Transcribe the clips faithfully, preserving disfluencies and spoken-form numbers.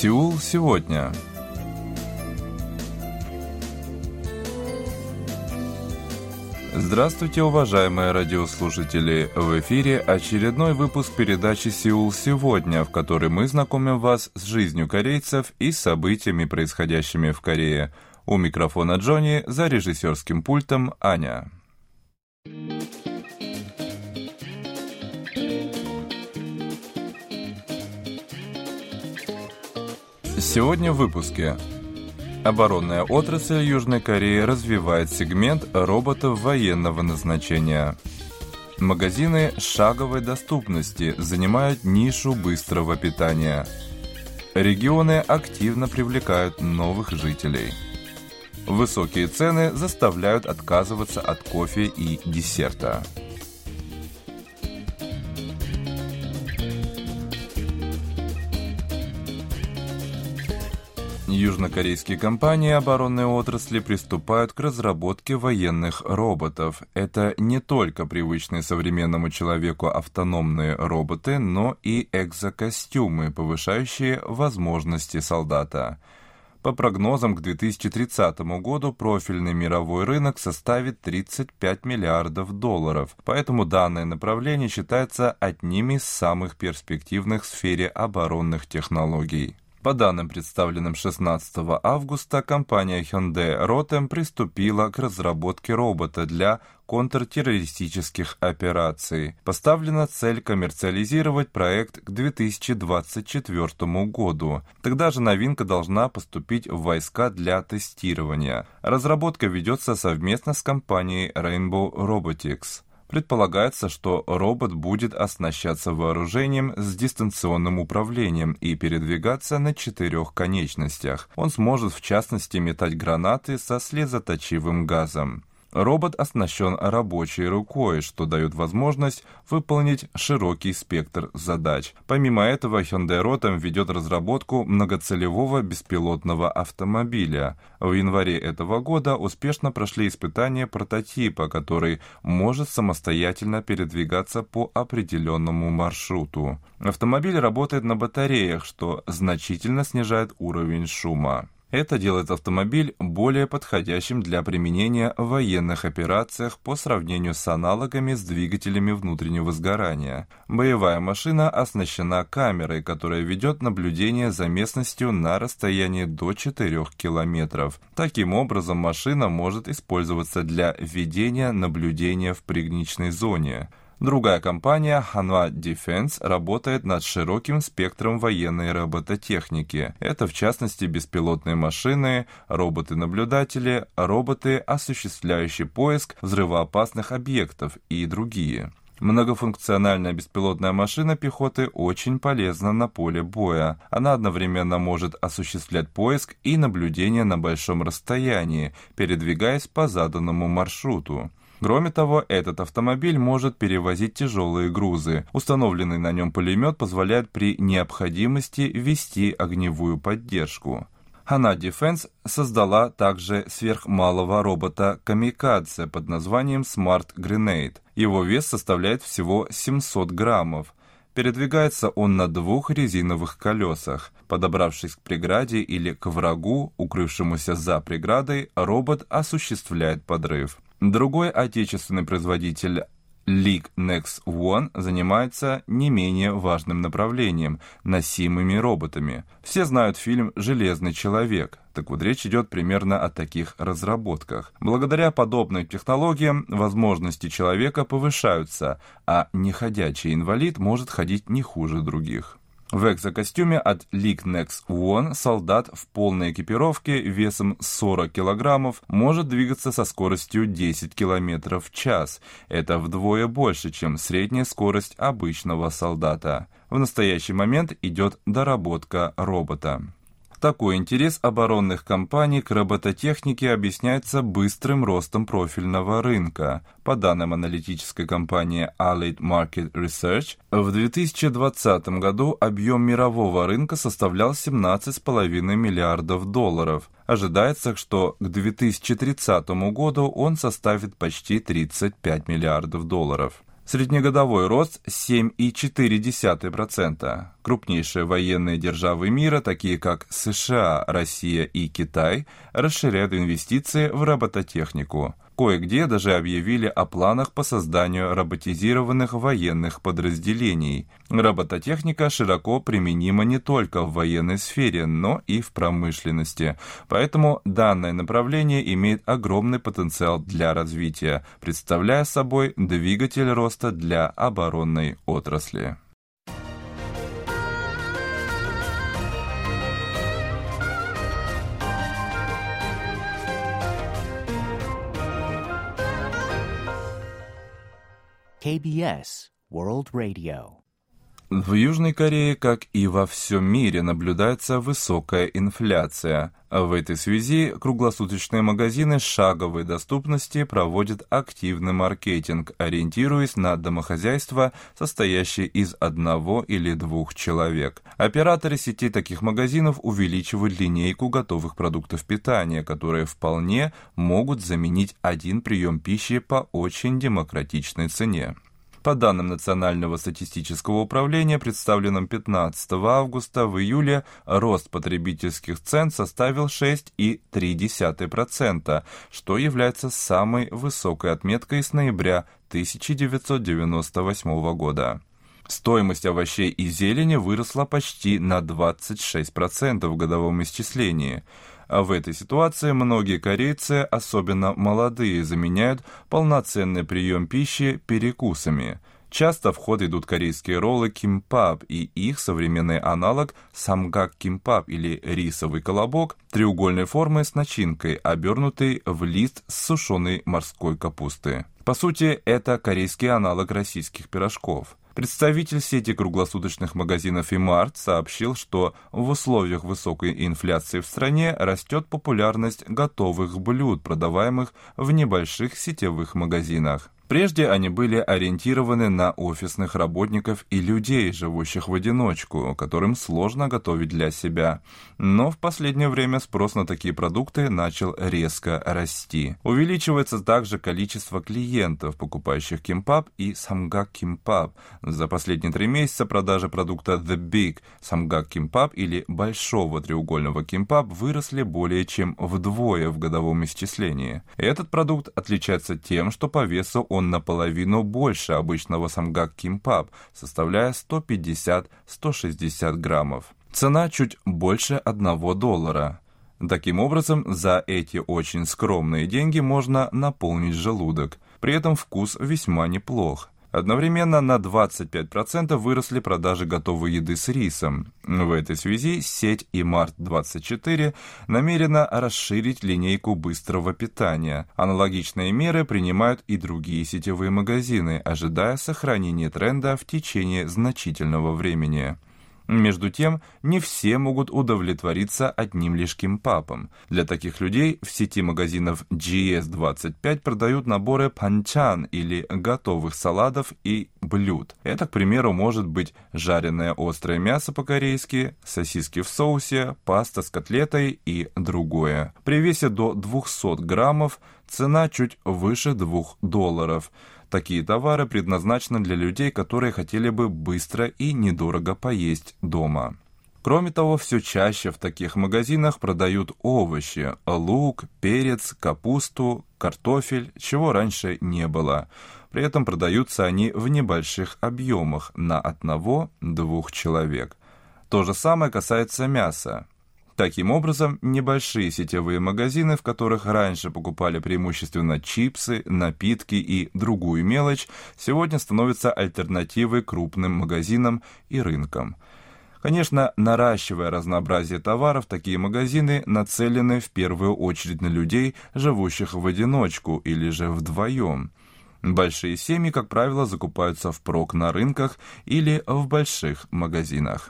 Сеул сегодня. Здравствуйте, уважаемые радиослушатели! В эфире очередной выпуск передачи «Сеул сегодня», в которой мы знакомим вас с жизнью корейцев и событиями, происходящими в Корее. У микрофона Джонни, за режиссерским пультом Аня. Сегодня в выпуске. Оборонная отрасль Южной Кореи развивает сегмент роботов военного назначения. Магазины шаговой доступности занимают нишу быстрого питания. Регионы активно привлекают новых жителей. Высокие цены заставляют отказываться от кофе и десерта. Южнокорейские компании оборонной отрасли приступают к разработке военных роботов. Это не только привычные современному человеку автономные роботы, но и экзокостюмы, повышающие возможности солдата. По прогнозам, к две тысячи тридцатому году профильный мировой рынок составит тридцать пять миллиардов долларов, поэтому данное направление считается одним из самых перспективных в сфере оборонных технологий. По данным, представленным шестнадцатого августа, компания Hyundai Rotem приступила к разработке робота для контртеррористических операций. Поставлена цель коммерциализировать проект к две тысячи двадцать четвёртому году. Тогда же новинка должна поступить в войска для тестирования. Разработка ведется совместно с компанией Rainbow Robotics. Предполагается, что робот будет оснащаться вооружением с дистанционным управлением и передвигаться на четырех конечностях. Он сможет, в частности, метать гранаты со слезоточивым газом. Робот оснащен рабочей рукой, что дает возможность выполнить широкий спектр задач. Помимо этого, Hyundai Rotem ведет разработку многоцелевого беспилотного автомобиля. В январе этого года успешно прошли испытания прототипа, который может самостоятельно передвигаться по определенному маршруту. Автомобиль работает на батареях, что значительно снижает уровень шума. Это делает автомобиль более подходящим для применения в военных операциях по сравнению с аналогами с двигателями внутреннего сгорания. Боевая машина оснащена камерой, которая ведет наблюдение за местностью на расстоянии до четырёх километров. Таким образом, машина может использоваться для ведения наблюдения в приграничной зоне. Другая компания, Hanwha Defense, работает над широким спектром военной робототехники. Это, в частности, беспилотные машины, роботы-наблюдатели, роботы, осуществляющие поиск взрывоопасных объектов и другие. Многофункциональная беспилотная машина пехоты очень полезна на поле боя. Она одновременно может осуществлять поиск и наблюдение на большом расстоянии, передвигаясь по заданному маршруту. Кроме того, этот автомобиль может перевозить тяжелые грузы. Установленный на нем пулемет позволяет при необходимости вести огневую поддержку. Hanwha Defense создала также сверхмалого робота «Камикадзе» под названием Smart Grenade. Его вес составляет всего семьсот граммов. Передвигается он на двух резиновых колесах. Подобравшись к преграде или к врагу, укрывшемуся за преградой, робот осуществляет подрыв. Другой отечественный производитель Leak Next One занимается не менее важным направлением – носимыми роботами. Все знают фильм «Железный человек». Так вот, речь идет примерно о таких разработках. Благодаря подобным технологиям возможности человека повышаются, а неходячий инвалид может ходить не хуже других. В экзокостюме от Leak Next One солдат в полной экипировке весом сорок килограммов может двигаться со скоростью десять километров в час. Это вдвое больше, чем средняя скорость обычного солдата. В настоящий момент идет доработка робота. Такой интерес оборонных компаний к робототехнике объясняется быстрым ростом профильного рынка. По данным аналитической компании Allied Market Research, в две тысячи двадцатом году объем мирового рынка составлял семнадцать целых пять десятых миллиардов долларов. Ожидается, что к две тысячи тридцатому году он составит почти тридцать пять миллиардов долларов. Среднегодовой рост семь целых четыре десятых процента. Крупнейшие военные державы мира, такие как США, Россия и Китай, расширяют инвестиции в робототехнику. Кое-где даже объявили о планах по созданию роботизированных военных подразделений. Робототехника широко применима не только в военной сфере, но и в промышленности. Поэтому данное направление имеет огромный потенциал для развития, представляя собой двигатель роста для оборонной отрасли. кей би эс World Radio. В Южной Корее, как и во всем мире, наблюдается высокая инфляция. В этой связи круглосуточные магазины шаговой доступности проводят активный маркетинг, ориентируясь на домохозяйства, состоящие из одного или двух человек. Операторы сети таких магазинов увеличивают линейку готовых продуктов питания, которые вполне могут заменить один прием пищи по очень демократичной цене. По данным Национального статистического управления, представленным пятнадцатого августа, в июле рост потребительских цен составил шесть целых три десятых процента, что является самой высокой отметкой с ноября тысяча девятьсот девяносто восьмого года. Стоимость овощей и зелени выросла почти на двадцать шесть процентов в годовом исчислении. А в этой ситуации многие корейцы, особенно молодые, заменяют полноценный прием пищи перекусами. Часто в ход идут корейские роллы кимпап и их современный аналог самгак-кимпап или рисовый колобок треугольной формы с начинкой, обернутый в лист с сушеной морской капусты. По сути, это корейский аналог российских пирожков. Представитель сети круглосуточных магазинов «Имарт» сообщил, что в условиях высокой инфляции в стране растет популярность готовых блюд, продаваемых в небольших сетевых магазинах. Прежде они были ориентированы на офисных работников и людей, живущих в одиночку, которым сложно готовить для себя. Но в последнее время спрос на такие продукты начал резко расти. Увеличивается также количество клиентов, покупающих кимпап и самгак-кимпап. За последние три месяца продажи продукта The Big самгак-кимпап или большого треугольного кимпап выросли более чем вдвое в годовом исчислении. Этот продукт отличается тем, что по весу он наполовину больше обычного самгак-кимпап, составляя сто пятьдесят - сто шестьдесят граммов. Цена чуть больше одного доллара. Таким образом, за эти очень скромные деньги можно наполнить желудок. При этом вкус весьма неплох. Одновременно на двадцать пять процентов выросли продажи готовой еды с рисом. В этой связи сеть Имарт двадцать четыре намерена расширить линейку быстрого питания. Аналогичные меры принимают и другие сетевые магазины, ожидая сохранения тренда в течение значительного времени. Между тем, не все могут удовлетвориться одним лишь кимпапом. Для таких людей в сети магазинов джи эс двадцать пять продают наборы панчан или готовых салатов и блюд. Это, к примеру, может быть жареное острое мясо по-корейски, сосиски в соусе, паста с котлетой и другое. При весе до двухсот граммов цена чуть выше двух долларов. Такие товары предназначены для людей, которые хотели бы быстро и недорого поесть дома. Кроме того, все чаще в таких магазинах продают овощи, лук, перец, капусту, картофель, чего раньше не было. При этом продаются они в небольших объемах на одного-двух человек. То же самое касается мяса. Таким образом, небольшие сетевые магазины, в которых раньше покупали преимущественно чипсы, напитки и другую мелочь, сегодня становятся альтернативой крупным магазинам и рынкам. Конечно, наращивая разнообразие товаров, такие магазины нацелены в первую очередь на людей, живущих в одиночку или же вдвоем. Большие семьи, как правило, закупаются впрок на рынках или в больших магазинах.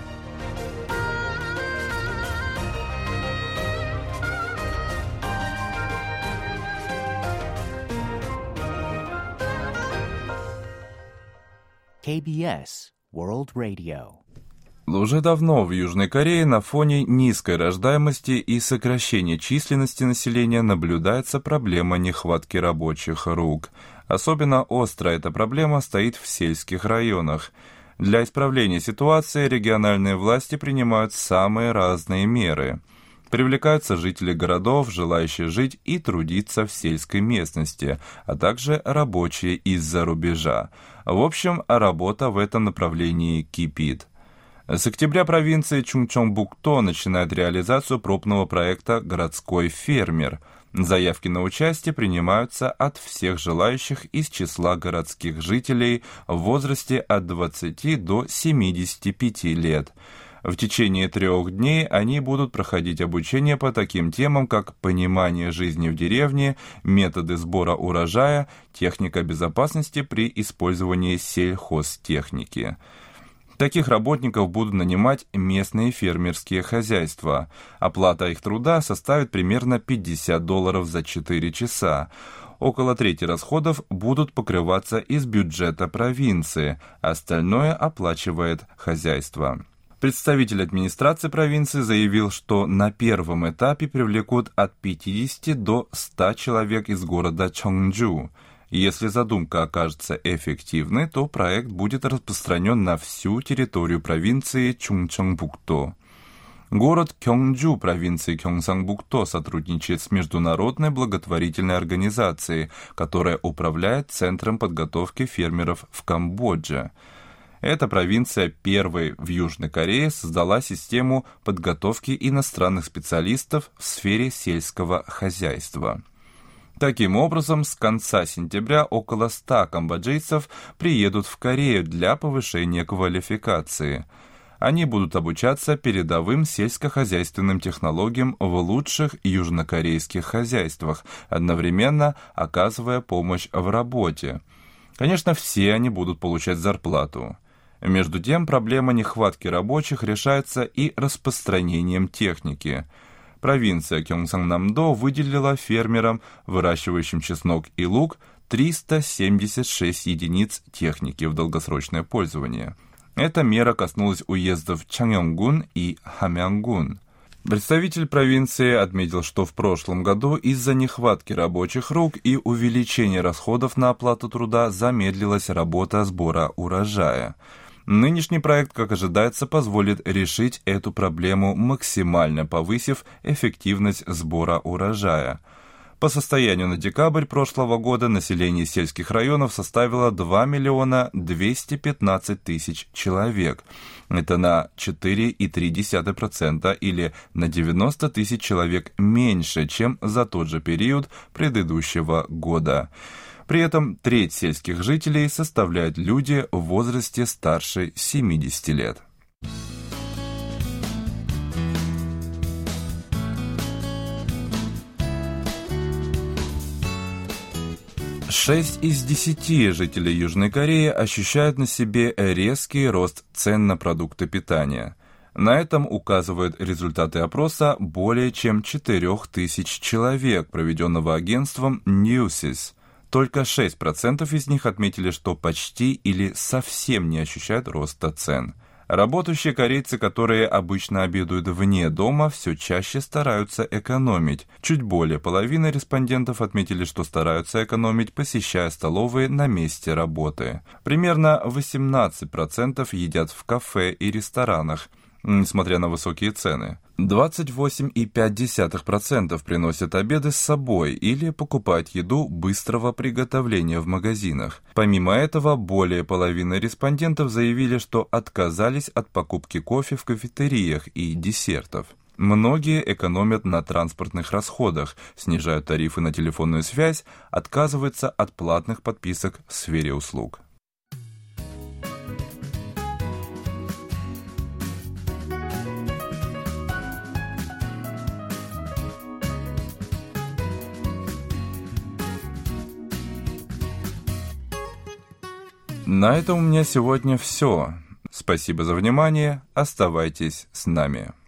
кей би эс World Radio. Уже давно в Южной Корее на фоне низкой рождаемости и сокращения численности населения наблюдается проблема нехватки рабочих рук. Особенно остро эта проблема стоит в сельских районах. Для исправления ситуации региональные власти принимают самые разные меры. Привлекаются жители городов, желающие жить и трудиться в сельской местности, а также рабочие из-за рубежа. В общем, работа в этом направлении кипит. С октября провинция Чungcheongbuk-do начинает реализацию пробного проекта «Городской фермер». Заявки на участие принимаются от всех желающих из числа городских жителей в возрасте от двадцати до семидесяти пяти лет. В течение трех дней они будут проходить обучение по таким темам, как понимание жизни в деревне, методы сбора урожая, техника безопасности при использовании сельхозтехники. Таких работников будут нанимать местные фермерские хозяйства. Оплата их труда составит примерно пятьдесят долларов за четыре часа. Около трети расходов будут покрываться из бюджета провинции, остальное оплачивает хозяйство. Представитель администрации провинции заявил, что на первом этапе привлекут от пятидесяти до ста человек из города Чонджу. Если задумка окажется эффективной, то проект будет распространен на всю территорию провинции Чungcheongbuk-do. Город Кёнджу провинции Кёнсанgbuk-do сотрудничает с международной благотворительной организацией, которая управляет Центром подготовки фермеров в Камбодже. Эта провинция первой в Южной Корее создала систему подготовки иностранных специалистов в сфере сельского хозяйства. Таким образом, с конца сентября около ста камбоджийцев приедут в Корею для повышения квалификации. Они будут обучаться передовым сельскохозяйственным технологиям в лучших южнокорейских хозяйствах, одновременно оказывая помощь в работе. Конечно, все они будут получать зарплату. Между тем, проблема нехватки рабочих решается и распространением техники. Провинция Кёнсаннам-до выделила фермерам, выращивающим чеснок и лук, триста семьдесят шесть единиц техники в долгосрочное пользование. Эта мера коснулась уездов Чангёнгун и Хамянгун. Представитель провинции отметил, что в прошлом году из-за нехватки рабочих рук и увеличения расходов на оплату труда замедлилась работа сбора урожая. Нынешний проект, как ожидается, позволит решить эту проблему, максимально повысив эффективность сбора урожая. По состоянию на декабрь прошлого года население сельских районов составило два миллиона двести пятнадцать тысяч человек. Это на четыре и три десятых процента или на девяносто тысяч человек меньше, чем за тот же период предыдущего года. При этом треть сельских жителей составляют люди в возрасте старше семидесяти лет. Шесть из десяти жителей Южной Кореи ощущают на себе резкий рост цен на продукты питания. На этом указывают результаты опроса более чем четырех тысяч человек, проведенного агентством Newsys. Только шесть процентов из них отметили, что почти или совсем не ощущают роста цен. Работающие корейцы, которые обычно обедают вне дома, все чаще стараются экономить. Чуть более половины респондентов отметили, что стараются экономить, посещая столовые на месте работы. Примерно восемнадцать процентов едят в кафе и ресторанах, несмотря на высокие цены. двадцать восемь и пять десятых процента приносят обеды с собой или покупают еду быстрого приготовления в магазинах. Помимо этого, более половины респондентов заявили, что отказались от покупки кофе в кафетериях и десертов. Многие экономят на транспортных расходах, снижают тарифы на телефонную связь, отказываются от платных подписок в сфере услуг. На этом у меня сегодня все. Спасибо за внимание. Оставайтесь с нами.